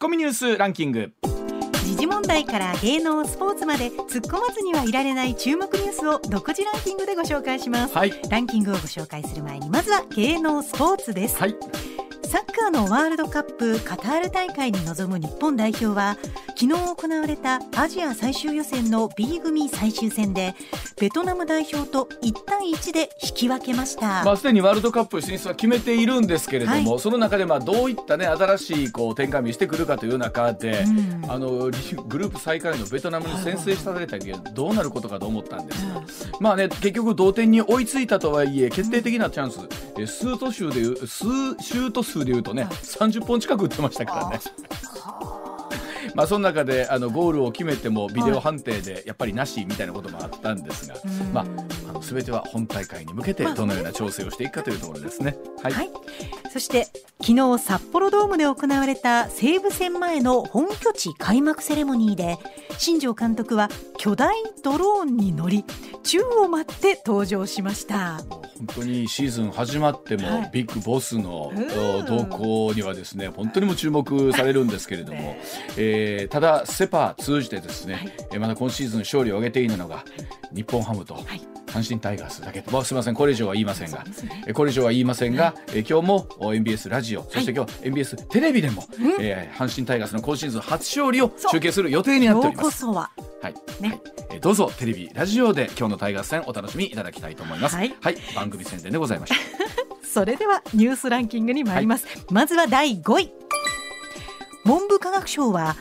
コミニュースランキング。 時事問題から芸能スポーツまで突っ込まずにはいられない注目ニュースを独自ランキングでご紹介します、ランキングをご紹介する前にまずは芸能スポーツです、サッカーのワールドカップカタール大会に臨む日本代表は昨日行われたアジア最終予選の B 組最終戦でベトナム代表と1対1で引き分けました。 すでにワールドカップ進出は決めているんですけれども、その中でどういった、新しい展開を見せてくるかという中で、グループ最下位のベトナムに先制されたけどどうなることかと思ったんですが、結局同点に追いついたとはいえ決定的なチャンス、シュート数でいうとね、30本近く打ってましたからね。その中でゴールを決めてもビデオ判定でやっぱりなしみたいなこともあったんですが、全ては本大会に向けてどのような調整をしていくかというところですね。 そして昨日札幌ドームで行われた西武戦前の本拠地開幕セレモニーで新庄監督は巨大ドローンに乗り宙を舞って登場しました。 本当にシーズン始まっても、ビッグボスの動向にはですね本当にも注目されるんですけれども、ただセパ通じてですね、まだ今シーズン勝利を挙げているのが日本ハムと阪神タイガースだけと、すみませんこれ以上は言いませんが、今日も MBS ラジオ、そして今日 MBS テレビでも、阪神タイガースの今シーズン初勝利を中継する予定になっております。どうぞテレビラジオで今日のタイガース戦お楽しみいただきたいと思います。番組宣伝でございましたそれではニュースランキングに参ります、まずは第5位。文部科学省は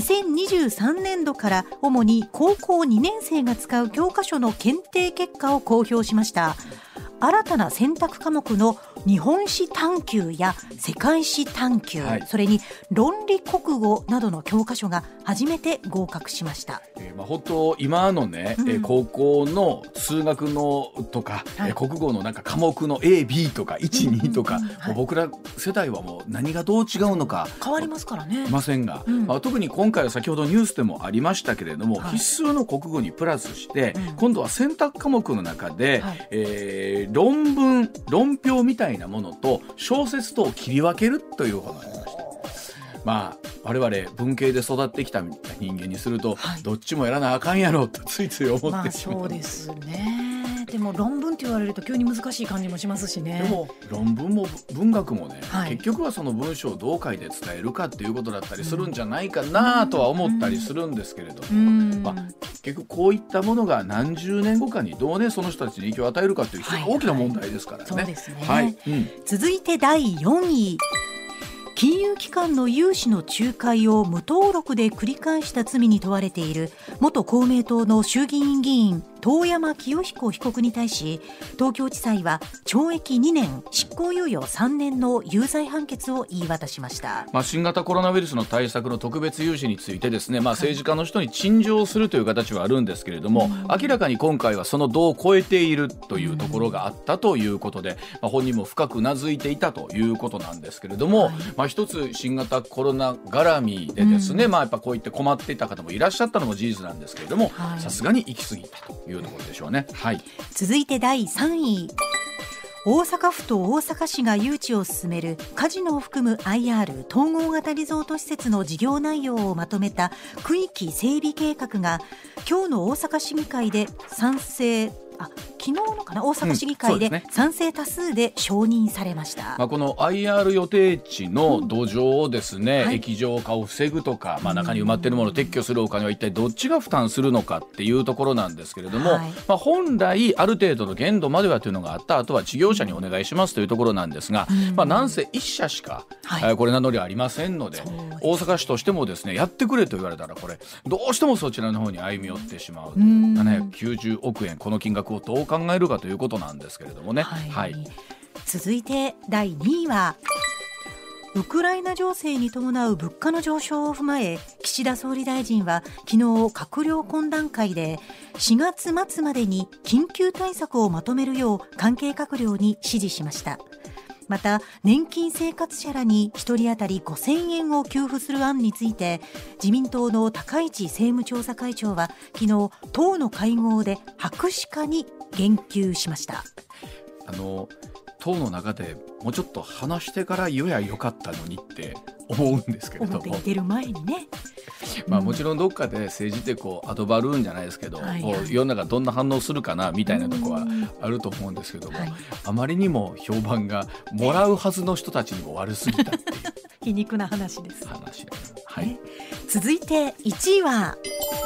2023年度から主に高校2年生が使う教科書の検定結果を公表しました。新たな選択科目の日本史探究や世界史探究、それに論理国語などの教科書が初めて合格しました。 本当今のね、高校の数学のとか、国語の科目の A、B とか 1、2 とか、僕ら世代はもう何がどう違うのか変わりますからね。 ませんが、特に今回は先ほどニュースでもありましたけれども、必須の国語にプラスして、今度は選択科目の中で、論評みたいなものと小説とを切り分けるということになりました。我々文系で育ってきた人間にすると、どっちもやらなあかんやろとついつい思ってしまう。 そうですね。でも論文って言われると急に難しい感じもしますしね。 でも論文も文学もね、結局はその文章をどう書いて伝えるかっていうことだったりするんじゃないかなとは思ったりするんですけれども、結局こういったものが何十年後かにどうその人たちに影響を与えるかという非常に大きな問題ですからね。 そうですね。続いて第4位。金融機関の融資の仲介を無登録で繰り返した罪に問われている元公明党の衆議院議員遠山清彦被告に対し、東京地裁は懲役2年執行猶予3年の有罪判決を言い渡しました。 新型コロナウイルスの対策の特別融資についてですね、政治家の人に陳情するという形はあるんですけれども、明らかに今回はその度を超えているというところがあったということで、本人も深くうなずいていたということなんですけれども、一つ新型コロナ絡みでですね、やっぱこういって困っていた方もいらっしゃったのも事実なんですけれども、さすがに行き過ぎたというところでしょうね。 続いて第3位。大阪府と大阪市が誘致を進めるカジノを含む IR 統合型リゾート施設の事業内容をまとめた区域整備計画が今日の大阪市議会で昨日の大阪市議会で賛成多数で承認されました。 この IR 予定地の土壌をですね、液状化を防ぐとか、中に埋まっているものを撤去するお金は一体どっちが負担するのかっていうところなんですけれども、本来ある程度の限度まではというのがあった後は事業者にお願いしますというところなんですが、なんせ1社しか、これ名乗りありませんので、大阪市としてもですねやってくれと言われたらこれどうしてもそちらの方に歩み寄ってしまう。790億円この金額をどう考えるかということなんですけれどもね。 続いて第2位はウクライナ情勢に伴う物価の上昇を踏まえ、岸田総理大臣は昨日閣僚懇談会で4月末までに緊急対策をまとめるよう関係閣僚に指示しました。また年金生活者らに1人当たり5000円を給付する案について自民党の高市政務調査会長は昨日党の会合で白紙化に言及しました。 党の中でもうちょっと話してから言えばよかったのにって思うんですけれども、 表に出る前にね、 もちろんどっかで政治ってこうアドバルーンじゃないですけど、 はいこう世の中どんな反応するかなみたいなところはあると思うんですけども、 はいあまりにも評判がもらうはずの人たちにも悪すぎたっていう皮肉な話です。 話。はい、 続いて1位は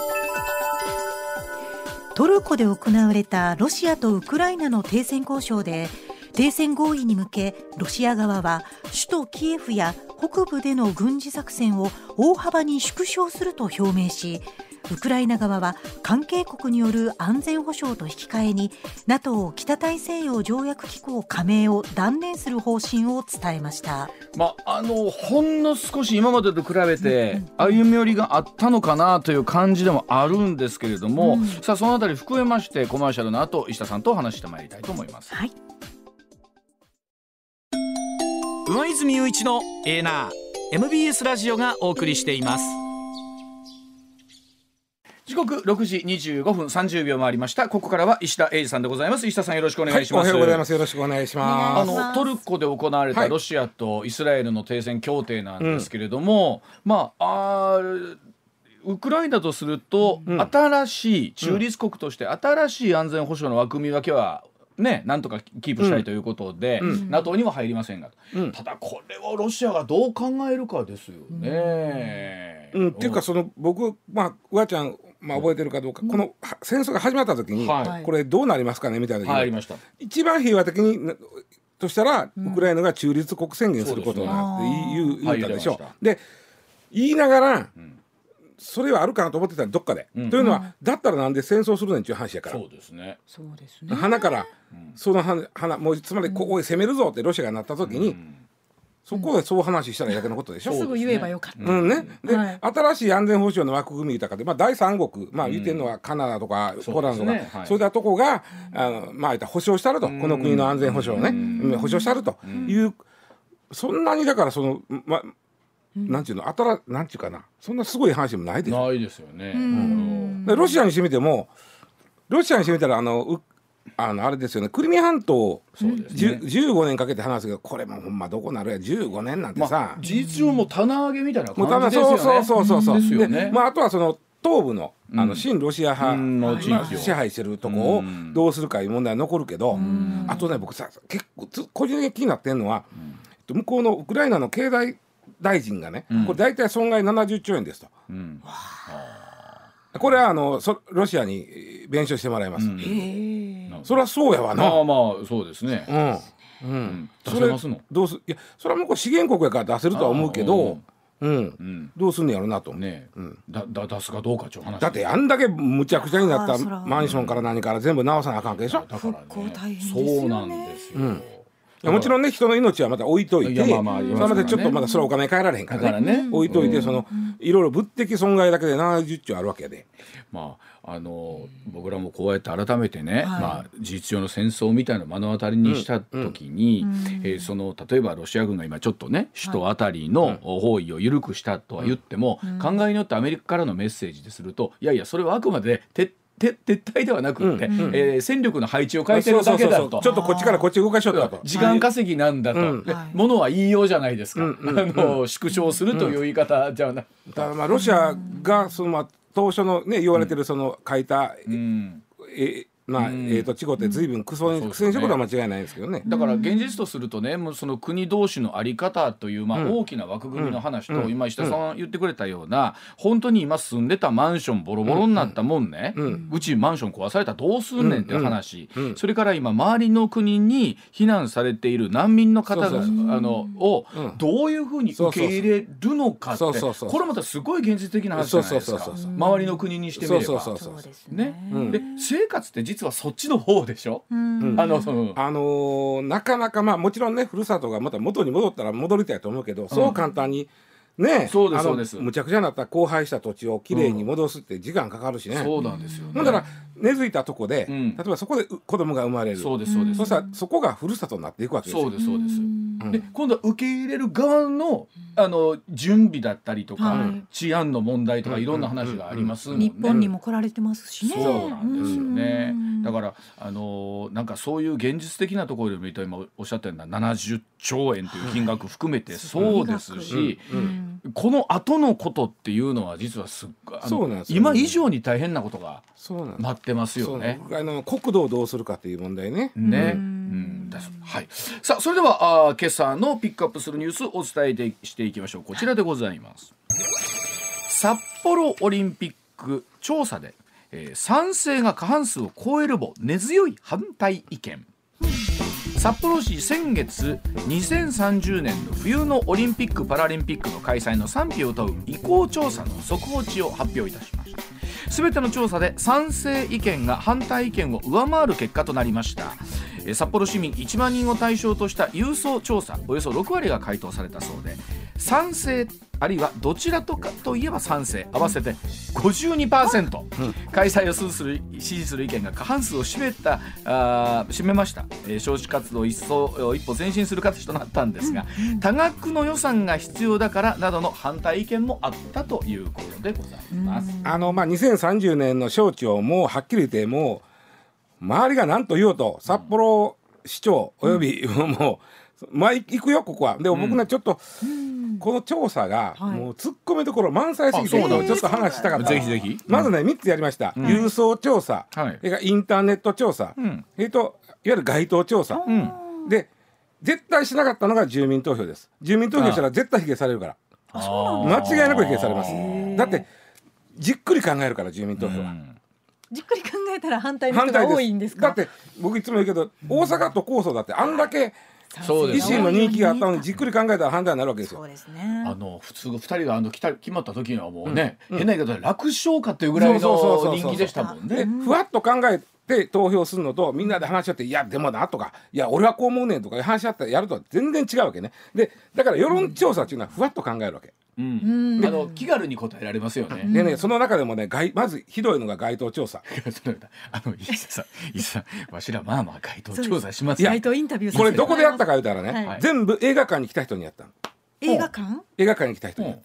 トルコで行われたロシアとウクライナの停戦交渉で、停戦合意に向けロシア側は首都キエフや北部での軍事作戦を大幅に縮小すると表明し、ウクライナ側は関係国による安全保障と引き換えに NATO 北大西洋条約機構加盟を断念する方針を伝えました。 ほんの少し今までと比べて歩み寄りがあったのかなという感じでもあるんですけれども、さあそのあたり含めましてコマーシャルの後石田さんとお話してまいりたいと思います。 はい、 上泉雄一のエーナー MBS ラジオがお送りしています。 時刻6時25分30秒回りました。ここからは石田英二さんでございます。石田さんよろしくお願いします。 おはようございます。よろしくお願いします。 トルコで行われたロシアとイスラエルの停戦協定なんですけれども、ウクライナとすると、新しい中立国として新しい安全保障の枠組み分けはね、なんとかキープしたいということで、NATO にも入りませんが、ただこれをロシアがどう考えるかですよね。 っていうか僕うわちゃん覚えてるかどうか、この戦争が始まった時に、これどうなりますかねみたいな、 入りました。 一番平和的にとしたら、ウクライナが中立国宣言することなんて言ったでしょ。で言いながら、それはあるかなと思ってたらどっかで、というのは、だったらなんで戦争するねんっていう話やから。 そうですね。 花から、その花もうつまりここへ攻めるぞってロシアがなった時に、そこでそう話したらだけのことでしょ。 すぐ言えばよかった。 で、新しい安全保障の枠組み豊かで、第三国、言ってるのはカナダとかポーランドとか、そういったとこが保障したると、この国の安全保障をね、保障したるという、そんなにだからなんていうの、なんていうかな、そんなすごい話もないですよ。 ないですよね。 ロシアにしてみても、ロシアにしてみたらあれですよね、クリミア半島15年かけて話すけど、これもほんまどこなるや15年なんてさ、 事実上も棚上げみたいな感じですよね。 そうで、あとはその東部の親ロシア派の支配してるとこをどうするかいう問題は残るけど、あとね、僕さ結構個人的に気になってるのは、向こうのウクライナの経済大臣がね、これ大体損害70兆円ですと、これはロシアに弁償してもらいます。そりゃそうやわな。 そうですね。出せますの？ どうす、いや、それは向こう資源国やから出せるとは思うけど、どうすんのやろなとね。出すかどうかちゅう話。 だってあんだけむちゃくちゃになったマンションから何から全部直さなあかんわけでしょ。 だからね、 大変ですよね。 そうなんですよ。 もちろんね、人の命はまた置いといて、それまでちょっとまだそれはお金変えられへんからね、置いといて、いろいろ物的損害だけで70兆あるわけで、 僕らもこうやって改めてね、事実上の戦争みたいなのを目の当たりにした時に、例えばロシア軍が今ちょっとね、首都あたりの包囲を緩くしたとは言っても、考えによってアメリカからのメッセージですると、いやいや、それはあくまで撤退ではなくて、戦力の配置を変えてるだけだと、 ちょっとこっちからこっち動かしようと、 時間稼ぎなんだと、ものは言いようじゃないですか、縮小するという言い方じゃなくて、 ロシアが当初のね言われてる書いたチコって随分苦戦したことは間違いないんですけどね。 だから現実とするとね、もうその国同士の在り方という大きな枠組みの話と、今石田さん言ってくれたような、本当に今住んでたマンションボロボロになったもんね、うちマンション壊されたらどうすんねんっていう話、それから今周りの国に避難されている難民の方をどういうふうに受け入れるのかって、これまたすごい現実的な話じゃないですか。周りの国にしてみればで、生活って実はそっちの方でしょ。なかなかもちろんね、ふるさとがまた元に戻ったら戻りたいと思うけど、そう簡単にね、 そうです。 むちゃくちゃになった荒廃した土地をきれいに戻すって時間かかるしね。 そうなんですよね。 だから根付いたとこで、例えばそこで子供が生まれる。そうです。そしたらそこがふるさとになっていくわけですよ。 そうです。 で今度は受け入れる側の、準備だったりとか、治安の問題とかいろんな話がありますもんね。 日本にも来られてますしね。 そうなんですよね。だからなんかそういう現実的なところで見ると今おっしゃったような70兆円という金額含めてそうですし、この後のことっていうのは実は今以上に大変なことが待ってますよね。 国土をどうするかという問題ね。 はい、さあそれでは今朝のピックアップするニュースをお伝えしていきましょう。こちらでございます。札幌オリンピック調査で、賛成が過半数を超えるも根強い反対意見。札幌市先月2030年の冬のオリンピック・パラリンピックの開催の賛否を問う意向調査の速報値を発表いたしました。すべての調査で賛成意見が反対意見を上回る結果となりました。札幌市民1万人を対象とした郵送調査およそ6割が回答されたそうで、賛成あるいはどちらとかといえば賛成合わせて 52%、開催を支持する意見が過半数を占めました。招致活動一歩前進する形となったんですが、多額の予算が必要だからなどの反対意見もあったということでございます。 2030年の招致をもうはっきり言ってもう周りが何と言おうと札幌市長およびもう行くよここは。でも僕ねちょっとこの調査がもう突っ込みどころ満載すぎてちょっと話したかった。 ぜひぜひ。 まずね3つやりました。郵送調査、インターネット調査、いわゆる街頭調査で絶対しなかったのが住民投票です。住民投票したら絶対否決されるから間違いなく否決されます。だってじっくり考えるから住民投票は。 じっくり考えたら反対の人が多いんですか。 だって僕いつも言うけど大阪都構想だってあんだけ維新の人気があったのにじっくり考えたら反対になるわけですよ。 そうですね。 普通2人が決まった時にはもうね、変な言い方で楽勝かっていうぐらいの人気でしたもんね。 ふわっと考えて投票するのとみんなで話し合っていやでもなとかいや俺はこう思うねんとか話し合ってやるとは全然違うわけね。でだから世論調査っていうのはふわっと考えるわけ。 気軽に答えられますよね。 でねその中でもねまずひどいのが街頭調査。 石さんわしらまあ街頭調査しますよ。 街頭インタビューこれどこでやったか言うたらね、全部映画館に来た人にやったの。 映画館に来た人にやった。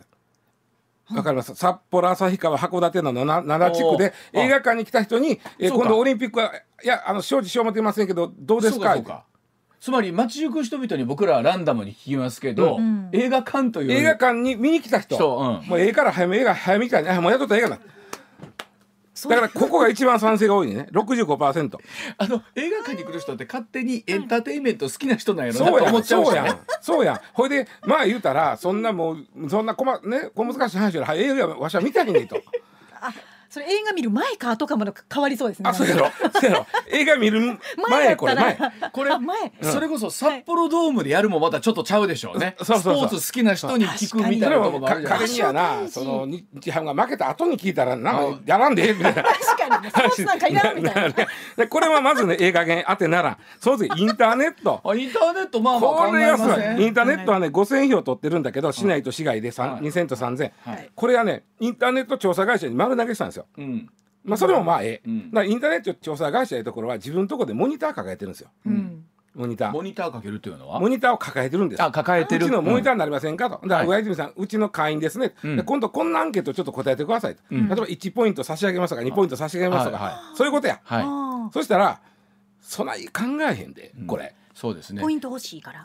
わかります。札幌旭川函館の7地区で映画館に来た人に今度オリンピックはいや招致しよう思ってませんけどどうですか。 つまり街行く人々に僕らはランダムに聞きますけど、映画館という映画館に見に来た人、もう映画早め見たいもうやっとったら映画なだからここが一番賛成が多いね 65%。 映画館に来る人って勝手にエンターテインメント好きな人なんやろなと思っちゃうしね。 そうやほいで言うたらそんなもうそんな小難しい話より映画わしは見たいねとそれ映画見る前か後かまで変わりそうですね。 そうやろ映画見る前これそれこそ札幌ドームでやるもまたちょっとちゃうでしょうね。スポーツ好きな人に聞くみたいなところもあるじゃないですか。 彼にはなその日ハムが負けた後に聞いたらなんかやらんでみたいな確かにスポーツなんかいらんみたいなこれはまずね映画券当てならそうですインターネットこれがすごい。 インターネットはね5000票取ってるんだけど市内と市外で2000と3000これはねインターネット調査会社に丸投げしたんですよ。それもだからインターネット調査会社いうところは自分のところでモニター抱えてるんですよ。モニターかけるというのはモニターを抱えてるんです。 抱えてる。 うちのモニターになりませんかと。だから上泉さんうちの会員ですね。今度こんなアンケートちょっと答えてくださいと。例えば1ポイント差し上げますとか2ポイント差し上げますとかそういうことや。そしたらそない考えへんでこれ。 そうですね。 ポイント欲しいから。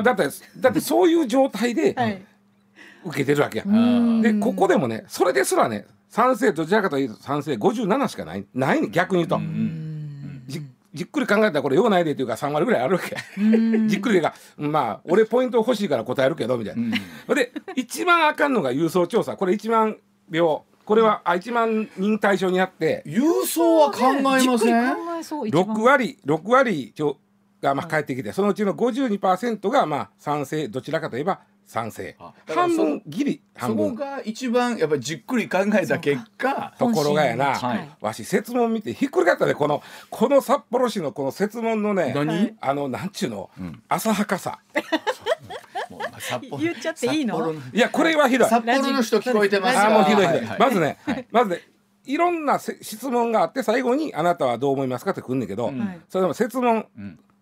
だってそういう状態で受けてるわけや。でここでもねそれですらね賛成どちらかというと賛成57しかないね逆に言うとじっくり考えたらこれ用ないでというか3割ぐらいあるわけじっくりが俺ポイント欲しいから答えるけどみたいな。で一番あかんのが郵送調査これ1万票これは1万人対象にあって郵送は考えません。 6割が返ってきてそのうちの 52% が賛成どちらかといえば賛成半分ギリ半分そこが一番やっぱりじっくり考えた結果ところがやな、わし設問見てひっくり返ったねこの札幌市のこの設問のねなんちゅうの、浅はかさ言っちゃっていいの？ いやこれはひどい。 札幌の人聞こえてます。 もうひどい。まずねいろんな質問があって最後にあなたはどう思いますかってくんねんけど、それでも設問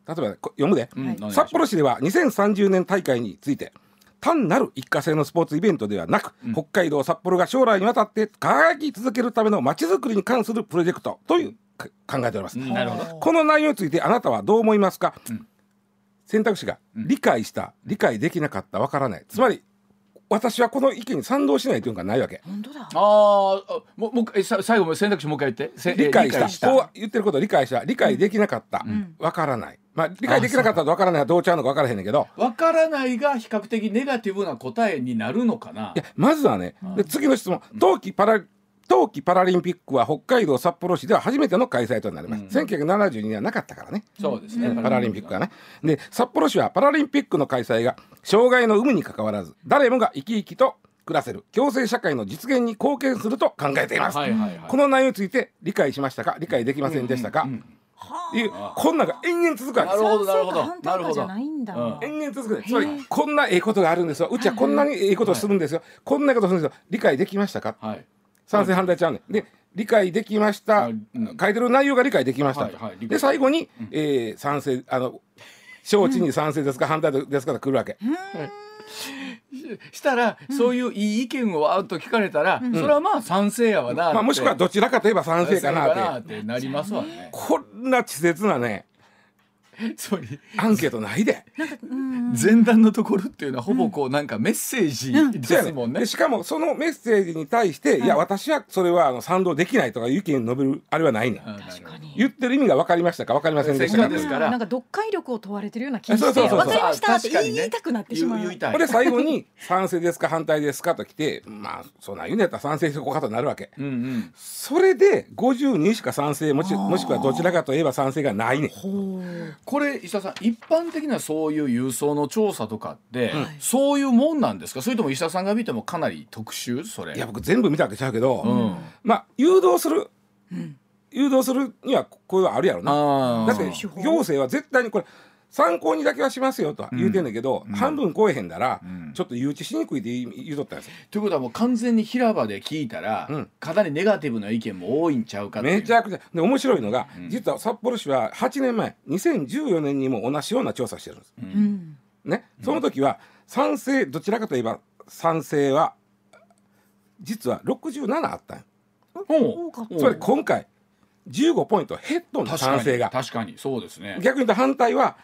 例えば読むで、 はい、 札幌市では2030年大会について単なる一過性のスポーツイベントではなく、北海道札幌が将来にわたって輝き続けるためのまちづくりに関するプロジェクトという考えております。 なるほど。 この内容についてあなたはどう思いますか？選択肢が理解した、理解できなかった、わからない、つまり私はこの意見に賛同しないというのがないわけ。 本当だ。 もう最後選択肢もう一回言って。 理解したこう言ってることを理解した、理解できなかった、わからない、理解できなかったとわからないはどうちゃうのかわからへんねんけど、 わからないが比較的ネガティブな答えになるのかな。 いやまずはね、で次の質問、冬季パラリンピックは北海道札幌市では初めての開催となります。1972年はなかったからね。 そうですね、 パラリンピックがね。で札幌市はパラリンピックの開催が障害の有無にかかわらず誰もが生き生きと暮らせる共生社会の実現に貢献すると考えています。この内容について理解しましたか、理解できませんでしたか、いうこんなが延々続くわけです。 なるほどなるほど反対かじゃないんだ。 延々続く。つまりこんなええことがあるんですよ、うちはこんなにええことをするんですよ、こんなことするんですよ、理解できましたか、賛成反対ちゃうねん。で理解できました、書いてる内容が理解できました、で最後に、賛成招致に賛成ですか、反対ですかと来るわけ。 したら、そういういい意見をわーっと聞かれたら、それはまあ賛成やわなって、 もしくはどちらかといえば賛成かなってなりますわね。 こんな稚拙なねつまりアンケートないで。 前段のところっていうのはほぼこうなんかメッセージですもんね。 でしかもそのメッセージに対して、いや私はそれは賛同できないとかいう意見を述べるあれはないねん。言ってる意味が分かりましたか分かりませんでしたかですから、 なんか読解力を問われてるような気がして分かりましたって言いたくなってしまう。 これ最後に賛成ですか反対ですかと来て、まあそんな言うんやったら賛成してこうかとなるわけ。それで52しか賛成もしくはどちらかといえば賛成がないねん。 これ石田さん、一般的なそういう郵送の調査とかって、そういうもんなんですか、それとも石田さんが見てもかなり特殊？それいや僕全部見たわけちゃうけど、まあ誘導するにはこういうのあるやろな。だって行政は絶対にこれ参考にだけはしますよとは言うてんだけど、半分超えへんだら、ちょっと誘致しにくいって言うとったんですよ。 ということはもう完全に平場で聞いたら、かなりネガティブな意見も多いんちゃうかっていう。 めちゃくちゃで面白いのが、実は札幌市は8年前2014年にも同じような調査してるんです、ね。その時は賛成どちらかといえば賛成は実は67あったんよ。つまり今回15ポイント減っとんの賛成が。 確かにそうですね。 逆に言うと反対は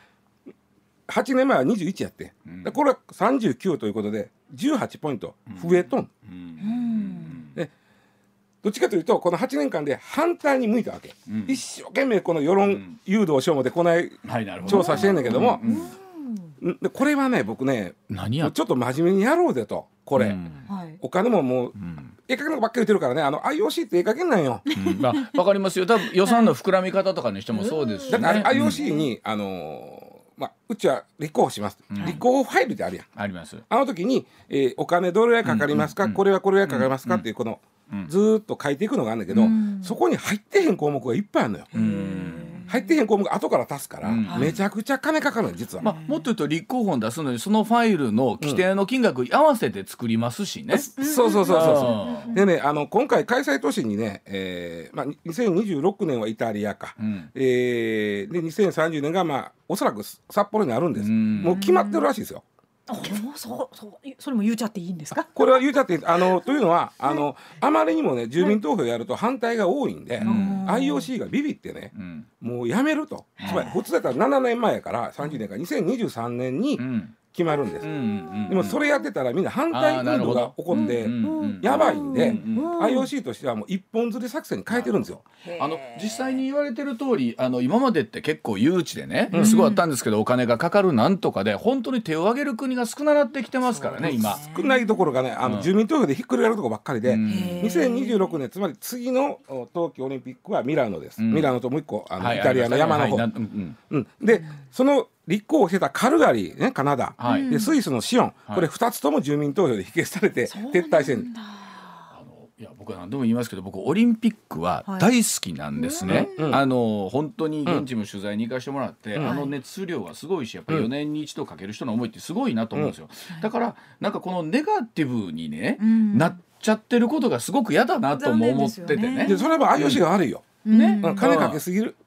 8年前は21やって、これは39ということで18ポイント増えとん、でどっちかというとこの8年間で反対に向いたわけ、一生懸命この世論誘導しようもでこない調査してんだけども、でこれはね僕ねちょっと真面目にやろうぜと。これ、お金ももう、ええ加減なばっかり言ってるからね、IOC ってええ加減なんよ。 わかりますよ。多分予算の膨らみ方とかにしてもそうですしね。 だってIOC にうちは立候補します、立候補ファイルってあるやん。 あります。 あの時に、お金どれぐらいかかりますか、これはこれぐらいかかりますかっていうこの、ずーっと書いていくのがあるんだけど、そこに入ってへん項目がいっぱいあるのよ。入ってへん項目後から足すから、めちゃくちゃ金かかるの実は。 もっと言うと立候補に出すのにそのファイルの規定の金額に合わせて作りますしね。 そうでね、今回開催都市にね、2026年はイタリアか、で2030年がおそらく札幌にあるんです。もう決まってるらしいですよ。 それも言うちゃっていいんですか？ これは言うちゃってというのはあまりにもね住民投票やると反対が多いんで、IOC がビビってね、もうやめると。つまり普通だったら7年前やから30年から2023年に決まるんです。でもそれやってたらみんな反対運動が起こってやばいんで、IOC としてはもう一本釣り作戦に変えてるんですよ。 実際に言われてる通り今までって結構誘致でね、すごいあったんですけど、お金がかかるなんとかで本当に手を挙げる国が少なくなってきてますからね。今少ないところがね住民投票でひっくり返るところばっかりで、2026年つまり次の冬季オリンピックはミラノです。ミラノともう一個イタリアの山の方で、その立候補してたカルガリー、ね、カナダ、でスイスのシオン、これ2つとも住民投票で否決されて撤退してる。 いや僕は何度も言いますけど、僕オリンピックは大好きなんですね。本当に現地も取材に行かせてもらって、熱量がすごいし、やっぱり4年に一度かける人の思いってすごいなと思うんですよ。だからなんかこのネガティブにね、なっちゃってることがすごく嫌だなとも思っててね。 でそれは IOC が悪いよ、金かけすぎる。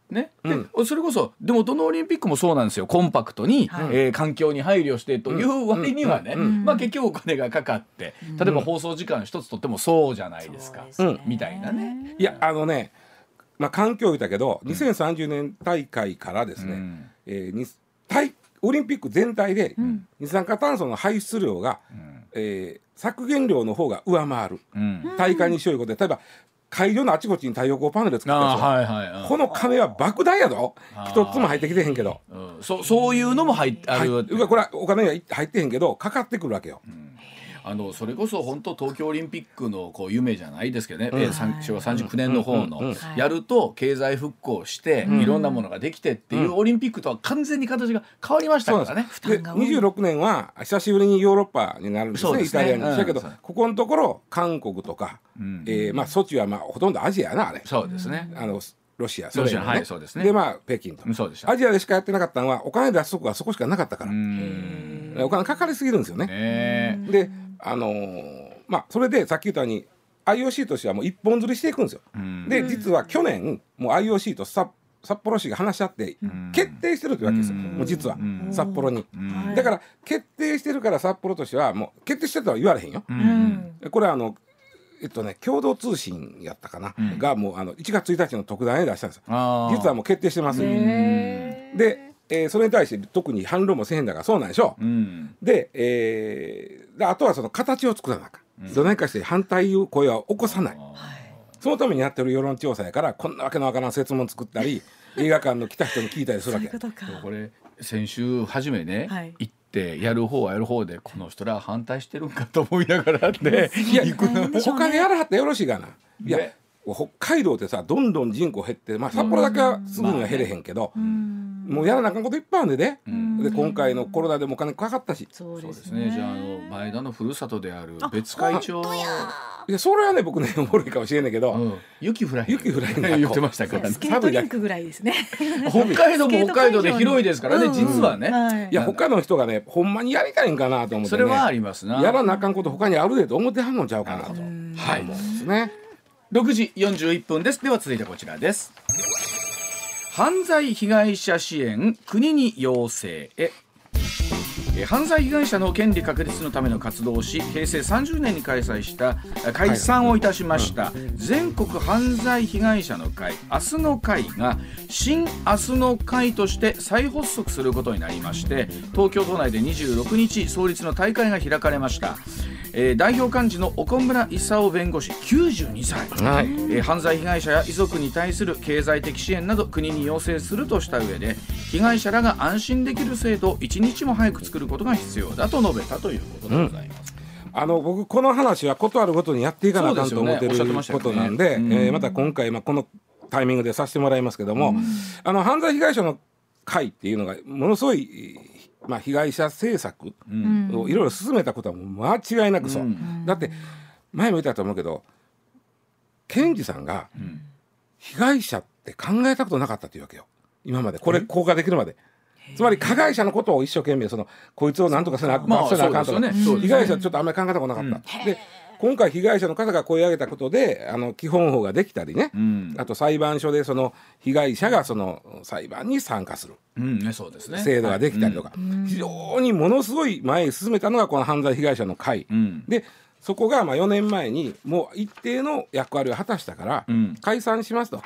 ね、でそれこそでもどのオリンピックもそうなんですよ。コンパクトに、環境に配慮してという割にはね、結局お金がかかって例えば放送時間一つとってもそうじゃないですか、みたいなね。 いや環境言ったけど、2030年大会からですね、オリンピック全体で二酸化炭素の排出量が、削減量の方が上回る、大会にしよういうことで、例えば会場のあちこちに太陽光パネル作ってるんですよ。この金は莫大やぞ。一つも入ってきてへんけど、 そういうのも入ってある、 これはお金が入ってへんけどかかってくるわけよ。 それこそ本当東京オリンピックのこう夢じゃないですけどね、昭和39年の方のやると経済復興していろんなものができてっていうオリンピックとは完全に形が変わりましたからね。 で26年は久しぶりにヨーロッパになるんですね、イタリアに。だけどここのところ韓国とか、ソチはほとんどアジアやな、あれ。 そうですね。 ロシア、ソ連ね。 そうですね。 で北京と。 そうでした。 アジアでしかやってなかったのはお金出すとこがそこしかなかったから。お金かかりすぎるんですよね。でそれでさっき言ったように IOC としてはもう一本釣りしていくんですよ。で実は去年もう IOC と札幌市が話し合って決定してるというわけですよ。もう実は札幌に。だから決定してるから札幌としてはもう決定してるとは言われへんよ。これは共同通信やったかな、がもう1月1日の特ダネで出したんですよ。実はもう決定してます。でそれに対して特に反論もせへんだからそうなんでしょう。であとはその形を作らなきゃ、どないかして反対声は起こさない、そのためにやってる世論調査やから、こんなわけのわからん説問作ったり映画館の来た人に聞いたりするわけ。 これ先週初めね、行ってやる方はやる方でこの人ら反対してるんかと思いながらね、 いや他でやらはったらよろしいがな。いや北海道ってさどんどん人口減って、札幌だけはすぐには減れへんけど、もうやらなあかんこといっぱいあるんでね。で今回のコロナでもお金かかったし。 そうですね。じゃあ前田のふるさとである別会長、 いやそれはね僕ねおもろいかもしれないけど、 雪降らへん言ってましたから、 スケートリンクぐらいですね。 北海道も北海道で広いですからね、実はね。 いや北海道の人がねほんまにやりたいんかなと思ってね。 それはありますな。 やらなあかんこと他にあるでと思ってはんのちゃうかなと思うんですね。 6時41分です。では続いてこちらです。犯罪被害者支援国に要請へ。犯罪被害者の権利確立のための活動をし、平成30年に開催をいたしました、全国犯罪被害者の会明日の会が新明日の会として再発足することになりまして、東京都内で26日創立の大会が開かれました。代表幹事の岡村勲弁護士92歳、犯罪被害者や遺族に対する経済的支援など国に要請するとした上で、被害者らが安心できる制度を一日も早く作ることが必要だと述べたということでございます。 僕この話はことあるごとにやっていかなあかんと思ってることなんで、また今回、このタイミングでさせてもらいますけども、犯罪被害者の会っていうのがものすごい被害者政策をいろいろ進めたことはもう間違いなくそう、だって前も言ったと思うけど検事さんが被害者って考えたことなかったというわけよ今まで。これ公開できるまで。つまり加害者のことを一生懸命こいつを何とかせなあかんとか、被害者ちょっとあんまり考えたことなかった、で今回被害者の方が声を上げたことで基本法ができたりね、あと裁判所で被害者が裁判に参加する、制度ができたりとか、非常にものすごい前へ進めたのがこの犯罪被害者の会、でそこが4年前にもう一定の役割を果たしたから、解散しますと、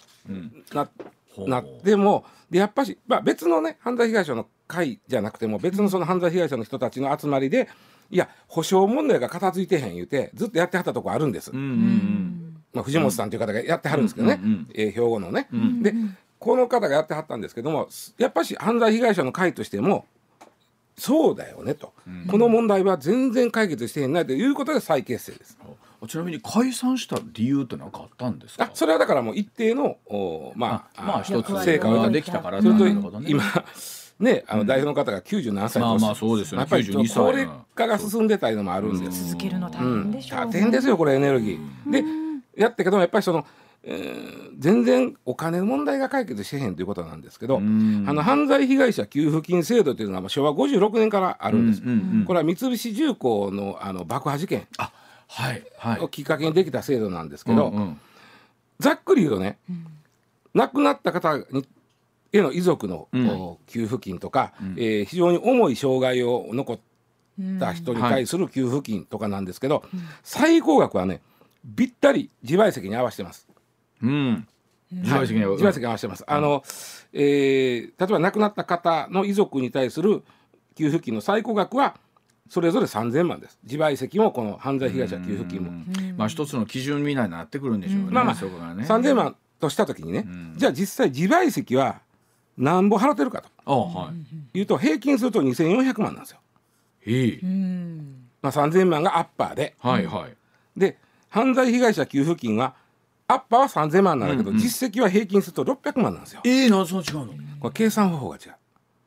なってもでやっぱし、別のね犯罪被害者の会じゃなくても別の犯罪被害者の人たちの集まりで、いや保障問題が片付いてへん言うてずっとやってはったとこあるんです。藤本さんという方がやってはるんですけどね、兵庫のね、でこの方がやってはったんですけども、やっぱし犯罪被害者の会としてもそうだよねと、この問題は全然解決してへんないということで再結成です。 ちなみに解散した理由って何かあったんですか？ それはだからもう一定の一つ成果ができたから。 それと今ね代表の方が97歳とそうですよね。 やっぱり高齢化が進んでたりのもあるんです。 続けるの大変でしょう。 大変ですよこれエネルギーでやったけども、やっぱり全然お金の問題が解決してへんということなんですけど、犯罪被害者給付金制度というのは昭和56年からあるんです。これは三菱重工の爆破事件をきっかけにできた制度なんですけど、ざっくり言うとね、 亡くなった方にへの遺族の、給付金とか、非常に重い障害を残った人に対する給付金とかなんですけど、最高額はねぴったり自賠責に合わせてます。 自賠責に合わせてます。例えば亡くなった方の遺族に対する給付金の最高額はそれぞれ3000万です。自賠責もこの犯罪被害者給付金も、 一つの基準みたいになってくるんでしょうね。そこがね 3000万とした時にね、じゃあ実際自賠責は何ぼ払ってるかというと、平均すると2400万なんですよ。3000万がアッパーで、で犯罪被害者給付金はアッパーは3000万なんだけど、実績は平均すると600万なんですよ。 なんでそんな違うの？ これ計算方法が違う。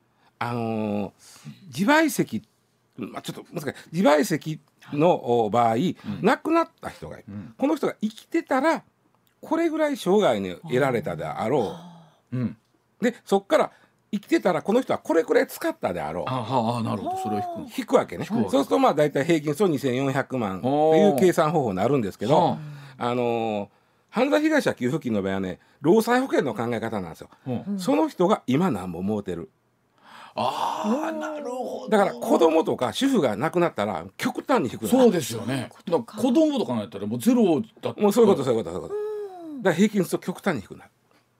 自賠責、ちょっと難しい。自賠責の場合、亡くなった人がいる、この人が生きてたらこれぐらい生涯に得られたであろう、でそこから生きてたらこの人はこれくらい使ったであろう。 なるほど、それを引くわけね。そうするとだいたい平均すると2400万っていう計算方法になるんですけど、犯罪被害者給付金の場合はね、労災保険の考え方なんですよ。その人が今何本もうてる。 なるほど。 だから子供とか主婦が亡くなったら極端に低くなる。 そうですよね。子供とかなったらもうゼロだった。 もうそういうこと。だから平均すると極端に低くなる。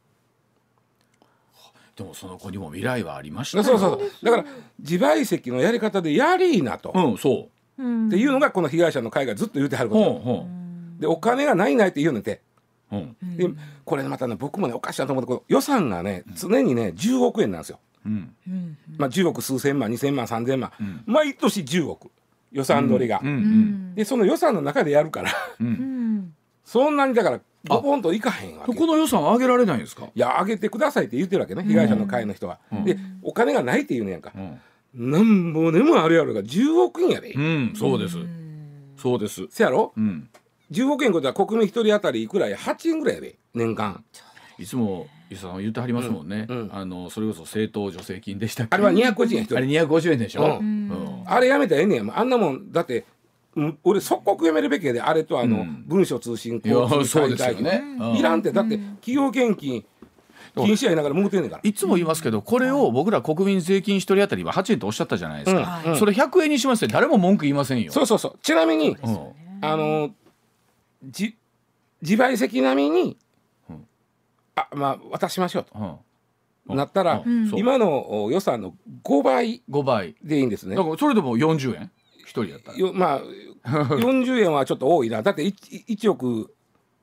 でもその子にも未来はありましたよ。 そうだから自賠責のやり方でやりーなと、っていうのがこの被害者の会がずっと言うてはることで、お金がないって言うので、でこれまたね、僕もねおかしいなと思って、この予算がね常にね10億円なんですよ。10億数千万、2000万、3000万、毎年10億予算取りが、でその予算の中でやるからそんなにだからボポンといかへんわけ。 この予算は上げられないんですか？ いや、上げてくださいって言ってるわけね、被害者の会の人は。でお金がないって言うねやんか。なんぼでもあるやろが10億円やで。 そうです。 せやろ、10億円ことは国民1人当たりいくらや、8円ぐらいやで年間。 いつも伊佐さんは言ってはりますもんね。それこそ政党助成金でしたっけ？ あれは250円1人。 あれ250円でしょ。 あれやめたらええねん。あんなもんだって俺即刻やめるべきやで。あれと文書通信交通滞在費いらんって。だって企業献金禁止やりながらもうてんねんから。 いつも言いますけど、これを僕ら国民税金1人当たりは8円とおっしゃったじゃないですか。それ100円にしますって誰も文句言いませんよ。 そうちなみに自賠責並みに渡しましょうとなったら、今の予算の5倍でいいんですね。 だからそれでも40円1人やったら 40円はちょっと多いな。だって1億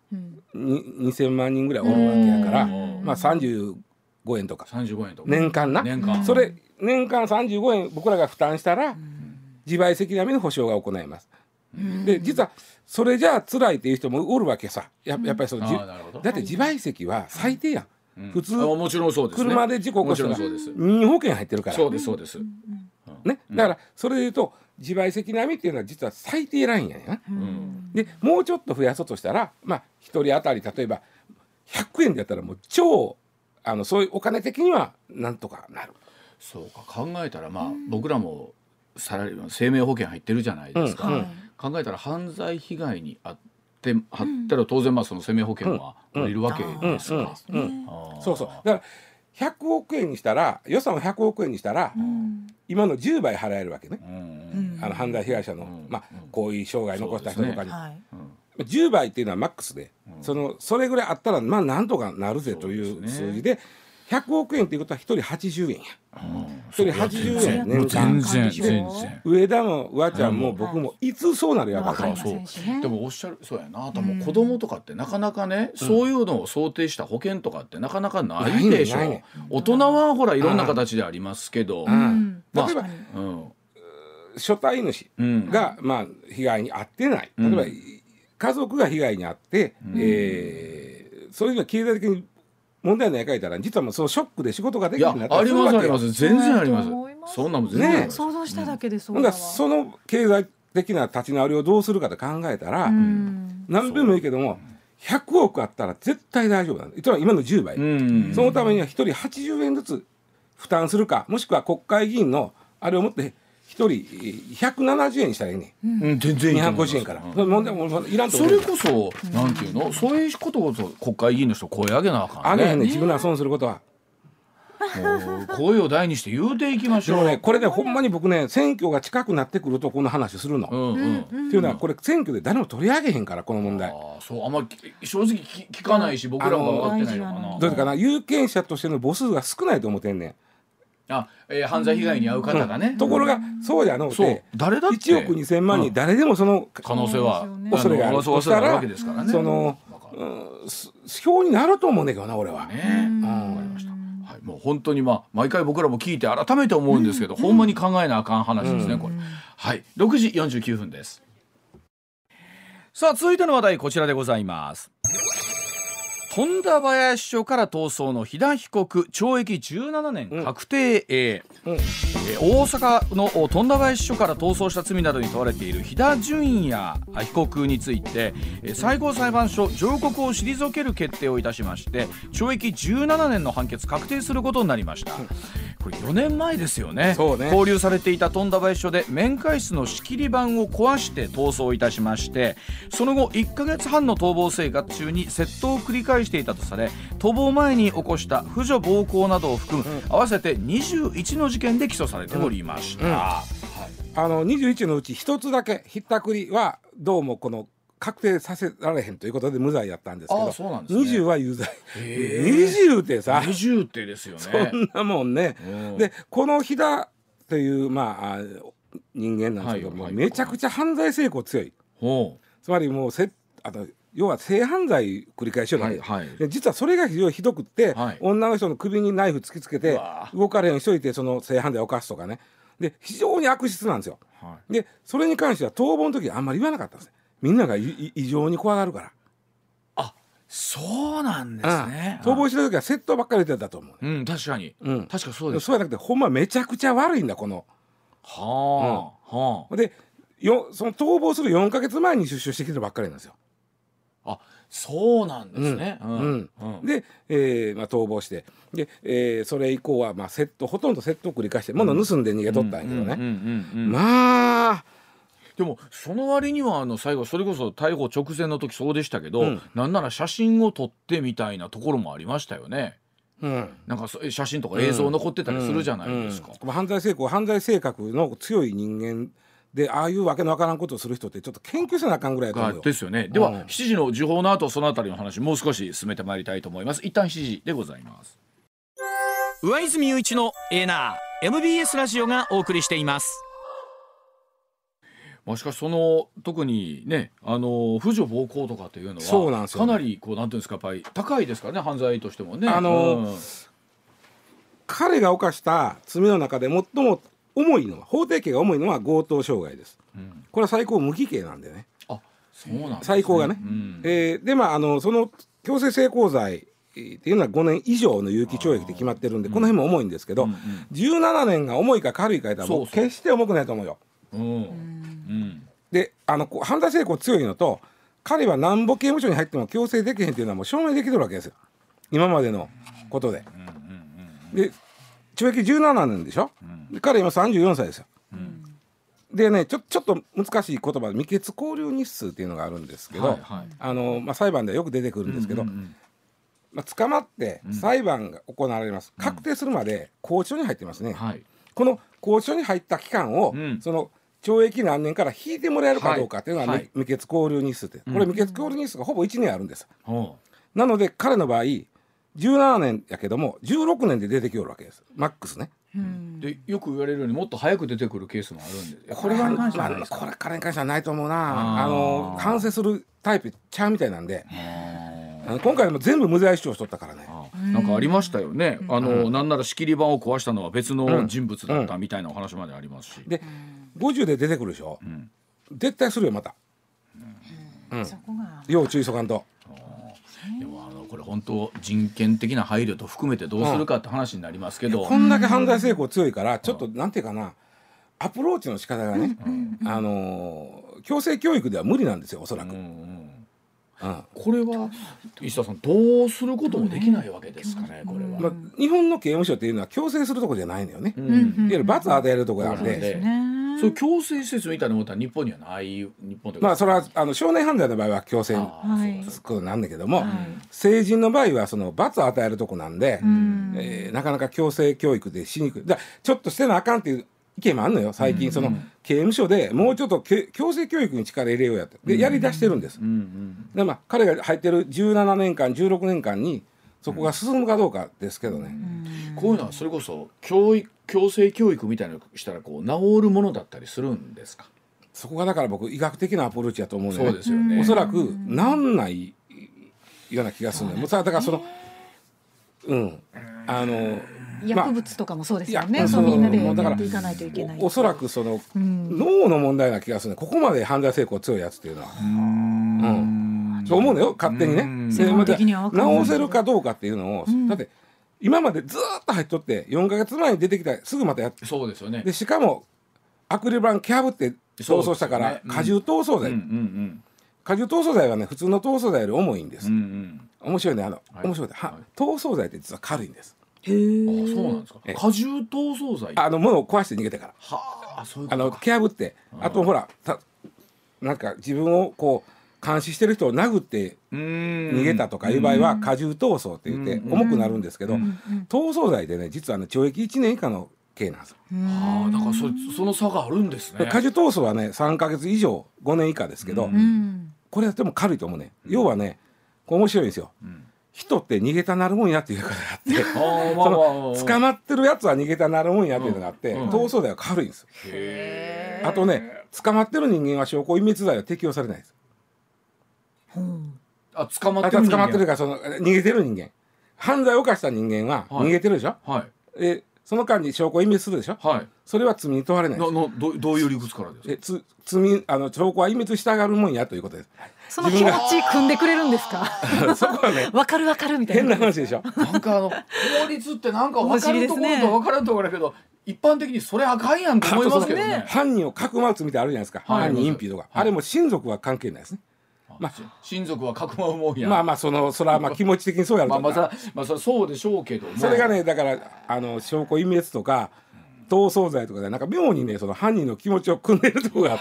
2000万人ぐらいおるわけやから、35円とか年間な。それ年間35円僕らが負担したら自賠責並みの保証が行えます。で実はそれじゃあ辛いっていう人もおるわけさ。やっぱりだって自賠責は最低やん。普通もちろんそうですね。 車で事故起こしたら任意保険入ってるから。 そうですね。だからそれでいうと自賠責並みっていうのは実は最低ラインやねん。でもうちょっと増やそうとしたら1人当たり例えば100円でやったらもう超そういうお金的にはなんとかなる。 そうか、考えたら僕らも生命保険入ってるじゃないですか。考えたら犯罪被害に遭ったら当然その生命保険は下りるわけですから。 そうだから100億円にしたら、予算を100億円にしたら、今の10倍払えるわけね。犯罪被害者のこういう障害残した人とかに、10倍っていうのはマックスで、それぐらいあったらなんとかなるぜという数字で、100億円っていうことは1人80円や。1人80円年間。 全然上田も上ちゃんも僕もいつそうなるやから。 でもおっしゃるそうやな。でも子供とかってなかなかね、そういうのを想定した保険とかってなかなかないでしょ。大人はほらいろんな形でありますけど、例えば所帯主が被害に遭ってない、例えば家族が被害に遭って、そういうのは経済的に問題ないかいたら、実はもうそのショックで仕事ができなくなったりするわけよ。 あります全然あります。そんなもん全然あります。 想像しただけでそうだわ。 その経済的な立ち直りをどうするかと考えたら、何でもいいけども100億あったら絶対大丈夫なんだ。今の10倍。そのためには1人80円ずつ負担するか、もしくは国会議員のあれを持って人170円にしたらいいね、 全然いいと思います。 250円から、問題もいらんとそ思う。 れこそ、なんていうの、そういうことこそ国会議員の人声上げなあかんね。 あげへんね、自分ら損することは。 もう声を大にして言うていきましょう。 でもね、これね、ほんまに僕ね、選挙が近くなってくるとこの話するの、っていうのはこれ選挙で誰も取り上げへんから、この問題。 そう、あんま正直聞かないし、僕らも分かってないのかな。 どういうかな、有権者としての母数が少ないと思ってんねん。 犯罪被害に遭う方がね、 ところがそうじゃのうて、 誰だって 1億2000万人誰でもその可能性は恐れがあるとしたら、その票になると思うねんけどな、俺は。 わかりました。もう本当に毎回僕らも聞いて改めて思うんですけど、ほんまに考えなあかん話ですね、これ。はい、6時49分です。 さあ、続いての話題こちらでございます。富田林署から逃走の飛田被告、懲役17年確定。大阪の富田林署から逃走した罪などに問われている飛田淳也被告について、最高裁判所上告を退ける決定をいたしまして、懲役17年の判決確定することになりました。これ4年前ですよね。勾留されていた富田林署で面会室の仕切り板を壊して逃走いたしまして、その後1ヶ月半の逃亡生活中に窃盗を繰り返していたとされ、逃亡前に起こした婦女暴行などを含む合わせて21の事件で起訴されておりました。 21のうち1つだけひったくりはどうもこの確定させられへんということで無罪やったんですけど、 そうなんですね、 20は有罪。20ってさ、 20ってですよね。 そんなもんね。でこの飛田という人間なんですけども、めちゃくちゃ犯罪成功強い。つまりもう要は性犯罪繰り返しようだけ、で実はそれが非常にひどくって、女の人の首にナイフ突きつけて動かれへんようにしといて、その性犯罪を犯すとかね。で非常に悪質なんですよ。でそれに関しては逃亡の時はあんまり言わなかったんです。みんなが異常に怖がるから。 そうなんですね。 逃亡してる時は窃盗ばっかり言ってたと思う。 確かに、確かそうです。 そうじゃなくて、ほんまめちゃくちゃ悪いんだ、この。でその逃亡する4ヶ月前に出所してきてばっかりなんですよ。 そうなんですね。 で、逃亡して、で、それ以降はほとんど窃盗を繰り返して物を盗んで逃げとったんやけどね。 でもその割には最後それこそ逮捕直前の時そうでしたけど、なんなら写真を撮ってみたいなところもありましたよね。なんか写真とか映像残ってたりするじゃないですか。 犯罪性格の強い人間で、ああいうわけのわからんことをする人ってちょっと研究せなあかんぐらいだと思うよ。 ですよね。では、7時の時報の後、そのあたりの話もう少し進めてまいりたいと思います。一旦7時でございます。 上泉雄一のエーナー MBS ラジオがお送りしています。 しかし特にね、婦女暴行とかっていうのはかなりなんていうんですか、やっぱり高いですからね、犯罪としてもね。 彼が犯した罪の中で最も重いのは、法定刑が重いのは強盗傷害です。これは最高無期刑なんでね。 そうなんですね。 最高がね。でその強制性交罪っていうのは5年以上の有期懲役で決まってるんで、この辺も重いんですけど、17年が重いか軽いか言ったらもう決して重くないと思うよ。で犯罪性交強いのと、彼はなんぼ刑務所に入っても強制できへんっていうのはもう証明できてるわけですよ、今までのことで。で懲役17年でしょ。で彼今34歳ですよ。でね、ちょっと難しい言葉で未決拘留日数っていうのがあるんですけど、裁判ではよく出てくるんですけど、捕まって裁判が行われます。確定するまで拘置所に入ってますね。この拘置所に入った期間を、その懲役何年から引いてもらえるかどうかっていうのは、未決拘留日数って、これ未決拘留日数がほぼ1年あるんです。なので彼の場合17年やけども16年で出てきよるわけです、マックスね。 でよく言われるようにもっと早く出てくるケースもあるんで、 これは彼に関してはないと思うな。反省するタイプちゃうみたいなんで、今回も全部無罪主張しとったからね。 なんかありましたよね。なんなら仕切り板を壊したのは別の人物だったみたいなお話までありますし、 で50で出てくるでしょ。絶対するよまた。要注意そかんと。 でもこれ本当人権的な配慮と含めてどうするかって話になりますけど、 こんだけ犯罪成功強いから、ちょっとなんていうかな、アプローチの仕方がね、強制教育では無理なんですよ、おそらく。 これは石田さんどうすることもできないわけですかね、これは。 日本の刑務所っていうのは強制するとこじゃないのよね。いわゆる罰を与えるところなんで、 そういう強制施設みたいなものは日本にはない。日本というか、 まあそれは少年犯罪の場合は強制つくことなんだけども、成人の場合はその罰を与えるとこなんで、なかなか強制教育でしにくい。だからちょっとしてなあかんっていう意見もあるのよ最近。その刑務所でもうちょっと強制教育に力入れようやってでやり出してるんです。でまあ彼が入ってる17年間16年間にそこが進むかどうかですけどね。 こういうのはそれこそ強制教育みたいなのしたらこう治るものだったりするんですか。 そこがだから僕医学的なアプローチだと思うね。 そうですよね。 おそらくなんないような気がするね。もうさだからその薬物とかもそうですよね。そうみんなでやっていかないといけない。 おそらくその脳の問題な気がするね。ここまで犯罪成功強いやつっていうのは。そう思うのよ勝手にね。直せるかどうかっていうのを、だって今までずっと入っとって4ヶ月前に出てきたすぐまたやって、 そうですよね。 でしかもアクリル板破って逃走したから、過重逃走罪、過重逃走罪はね普通の逃走罪より重いんです。面白いね。面白いね。逃走罪って実は軽いんです。 へえ。そうなんですか。過重逃走罪。 物を壊して逃げてから。 はあ、そういうことか。 破って、あとほらなんか自分をこう監視してる人を殴って逃げたとかいう場合は過重逃走って言って重くなるんですけど、逃走罪でね実は懲役1年以下の刑なんですよ。 だからその差があるんですね。 過重逃走はね3ヶ月以上5年以下ですけど、これはでも軽いと思うね。要はねこれ面白いんですよ。人って逃げたなるもんやっていうことがあって捕まってるやつは逃げたなるもんやっていうのがあって、逃走罪は軽いんです。あとね捕まってる人間は証拠隠滅罪は適用されないです。 捕まってるからその逃げてる人間、犯罪を犯した人間は逃げてるでしょ。その間に証拠隠滅するでしょ。それは罪に問われないです。 どういう理屈からですか。 証拠は隠滅したがるもんやということです。 その気持ち組んでくれるんですか。 そこはねわかるみたいな変な話でしょ。 なんか法律ってなんか分かるところと分からんところだけど、一般的にそれあかんやんと思いますけどね。 犯人をかくまう罪ってあるじゃないですか。犯人隠避とか、あれも親族は関係ないですね。 親族はかくまうもんや。 それは気持ち的にそうやると思う。 それはそうでしょうけども、 それがねだから証拠隠滅とか逃走罪とかでなんか妙にねその犯人の気持ちを組んでるところがあって。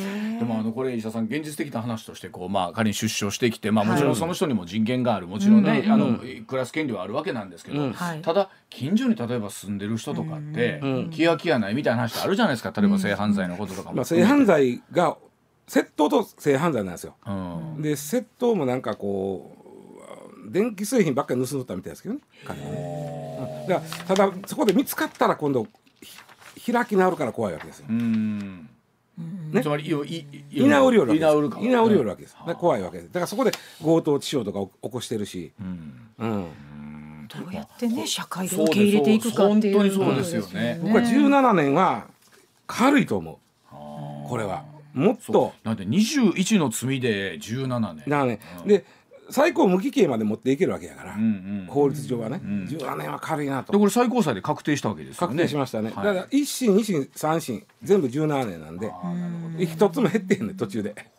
でもこれ石田さん現実的な話としてこう仮に出所してきてもちろんその人にも人権がある、もちろんね暮らす権利はあるわけなんですけど、ただ近所に例えば住んでる人とかって気が気やないみたいな話ってあるじゃないですか。例えば性犯罪のこととかも、 性犯罪が窃盗と性犯罪なんですよ。で窃盗もなんかこう電気製品ばっかり盗んだみたいですけどね。だからただそこで見つかったら今度開き直るから怖いわけですよ。 つまり居直りよるわけです。怖いわけです。だからそこで強盗致傷とか起こしてるし、 どうやってね社会で受け入れていくかっていう。 本当にそうですよね。 僕は17年は軽いと思う。これはもっとなんで21の罪で17年で最高無期刑まで持っていけるわけやから、法律上はね、17年は軽いなと。 でこれ最高裁で確定したわけですよね。 確定しましたね。だから1審2審3審全部17年なんで一つも減ってんね途中で。